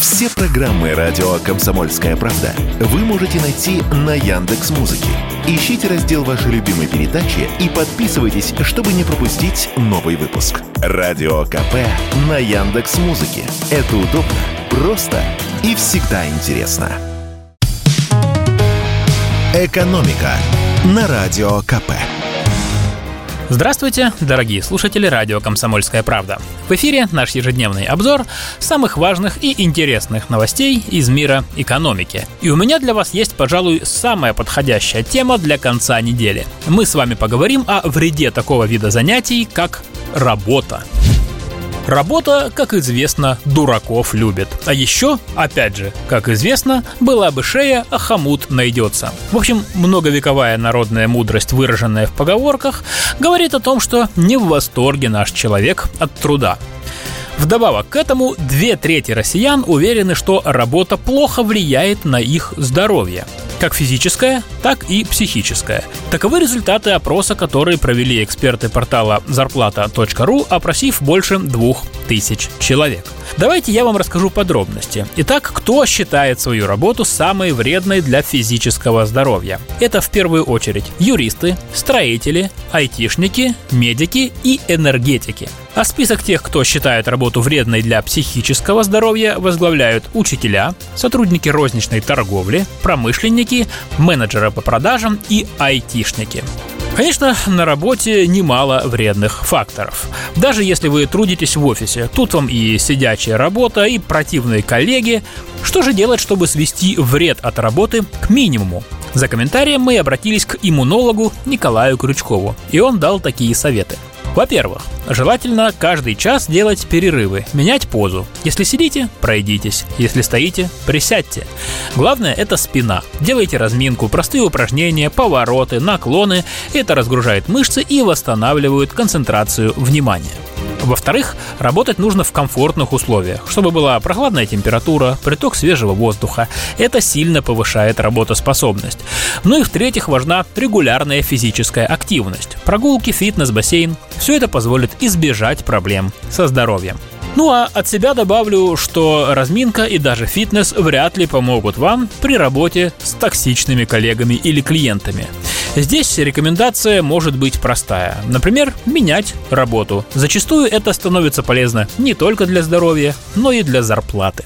Все программы радио «Комсомольская правда» вы можете найти на Яндекс.Музыке. Ищите раздел вашей любимой передачи и подписывайтесь, чтобы не пропустить новый выпуск. Радио КП на Яндекс.Музыке. Это удобно, просто и всегда интересно. «Экономика» на Радио КП. Здравствуйте, дорогие слушатели радио «Комсомольская правда». В эфире наш ежедневный обзор самых важных и интересных новостей из мира экономики. И у меня для вас есть, пожалуй, самая подходящая тема для конца недели. Мы с вами поговорим о вреде такого вида занятий, как работа. Работа, как известно, дураков любит. А еще, опять же, как известно, была бы шея, а хомут найдется. В общем, многовековая народная мудрость, выраженная в поговорках, говорит о том, что не в восторге наш человек от труда. Вдобавок к этому, 2/3 россиян уверены, что работа плохо влияет на их здоровье. Как физическое, так и психическое. Таковы результаты опроса, который провели эксперты портала зарплата.ру, опросив больше 2000 человек. Давайте я вам расскажу подробности. Итак, кто считает свою работу самой вредной для физического здоровья? Это в первую очередь юристы, строители, айтишники, медики и энергетики. А список тех, кто считает работу вредной для психического здоровья, возглавляют учителя, сотрудники розничной торговли, промышленники, менеджеры по продажам и айтишники. Конечно, на работе немало вредных факторов. Даже если вы трудитесь в офисе, тут вам и сидячая работа, и противные коллеги. Что же делать, чтобы свести вред от работы к минимуму? За комментарием мы обратились к иммунологу Николаю Крючкову, и он дал такие советы. Во-первых, желательно каждый час делать перерывы, менять позу. Если сидите, пройдитесь. Если стоите, присядьте. Главное – это спина. Делайте разминку, простые упражнения, повороты, наклоны. Это разгружает мышцы и восстанавливает концентрацию внимания. Во-вторых, работать нужно в комфортных условиях, чтобы была прохладная температура, приток свежего воздуха. Это сильно повышает работоспособность. Ну и в-третьих, важна регулярная физическая активность. Прогулки, фитнес, бассейн – все это позволит избежать проблем со здоровьем. Ну а от себя добавлю, что разминка и даже фитнес вряд ли помогут вам при работе с токсичными коллегами или клиентами. Здесь рекомендация может быть простая. Например, менять работу. Зачастую это становится полезно не только для здоровья, но и для зарплаты.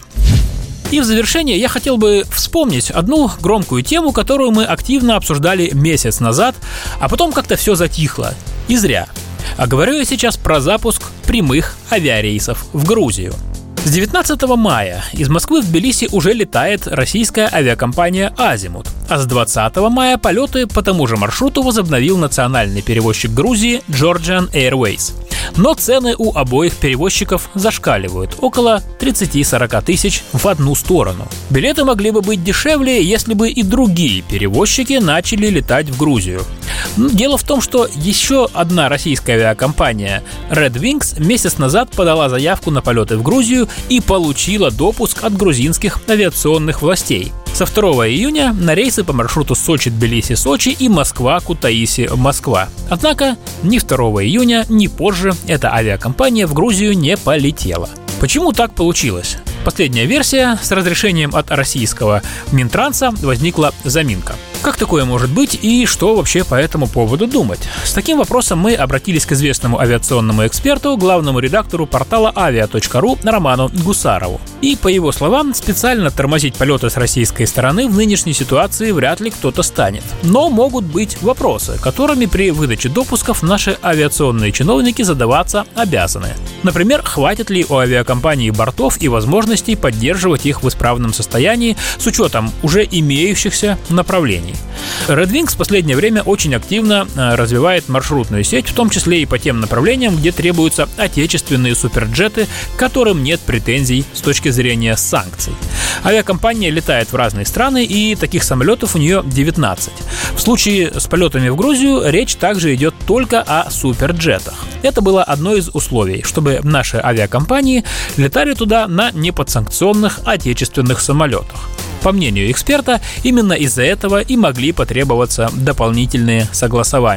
И в завершение я хотел бы вспомнить одну громкую тему, которую мы активно обсуждали месяц назад, а потом как-то все затихло. И зря. А говорю я сейчас про запуск прямых авиарейсов в Грузию. С 19 мая из Москвы в Тбилиси уже летает российская авиакомпания «Азимут», а с 20 мая полеты по тому же маршруту возобновил национальный перевозчик Грузии Georgian Airways. Но цены у обоих перевозчиков зашкаливают – около 30-40 тысяч в одну сторону. Билеты могли бы быть дешевле, если бы и другие перевозчики начали летать в Грузию. Дело в том, что еще одна российская авиакомпания Red Wings месяц назад подала заявку на полеты в Грузию и получила допуск от грузинских авиационных властей. Со 2 июня на рейсы по маршруту Сочи-Тбилиси-Сочи и Москва-Кутаиси-Москва. Однако ни 2 июня, ни позже эта авиакомпания в Грузию не полетела. Почему так получилось? Последняя версия: с разрешением от российского Минтранса возникла заминка. Как такое может быть и что вообще по этому поводу думать? С таким вопросом мы обратились к известному авиационному эксперту, главному редактору портала avia.ru Роману Гусарову. И, по его словам, специально тормозить полеты с российской стороны в нынешней ситуации вряд ли кто-то станет. Но могут быть вопросы, которыми при выдаче допусков наши авиационные чиновники задаваться обязаны. Например, хватит ли у авиакомпании бортов и возможностей поддерживать их в исправном состоянии с учетом уже имеющихся направлений. Red Wings в последнее время очень активно развивает маршрутную сеть, в том числе и по тем направлениям, где требуются отечественные суперджеты, к которым нет претензий с точки зрения санкций. Авиакомпания летает в разные страны, и таких самолетов у нее 19. В случае с полетами в Грузию речь также идет только о суперджетах. Это было одно из условий, чтобы наши авиакомпании летали туда на неподсанкционных отечественных самолетах. По мнению эксперта, именно из-за этого и могли потребоваться дополнительные согласования.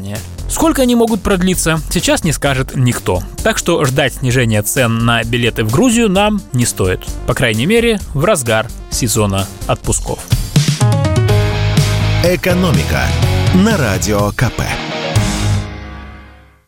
Сколько они могут продлиться, сейчас не скажет никто. Так что ждать снижения цен на билеты в Грузию нам не стоит. По крайней мере, в разгар сезона отпусков. «Экономика» на Радио КП.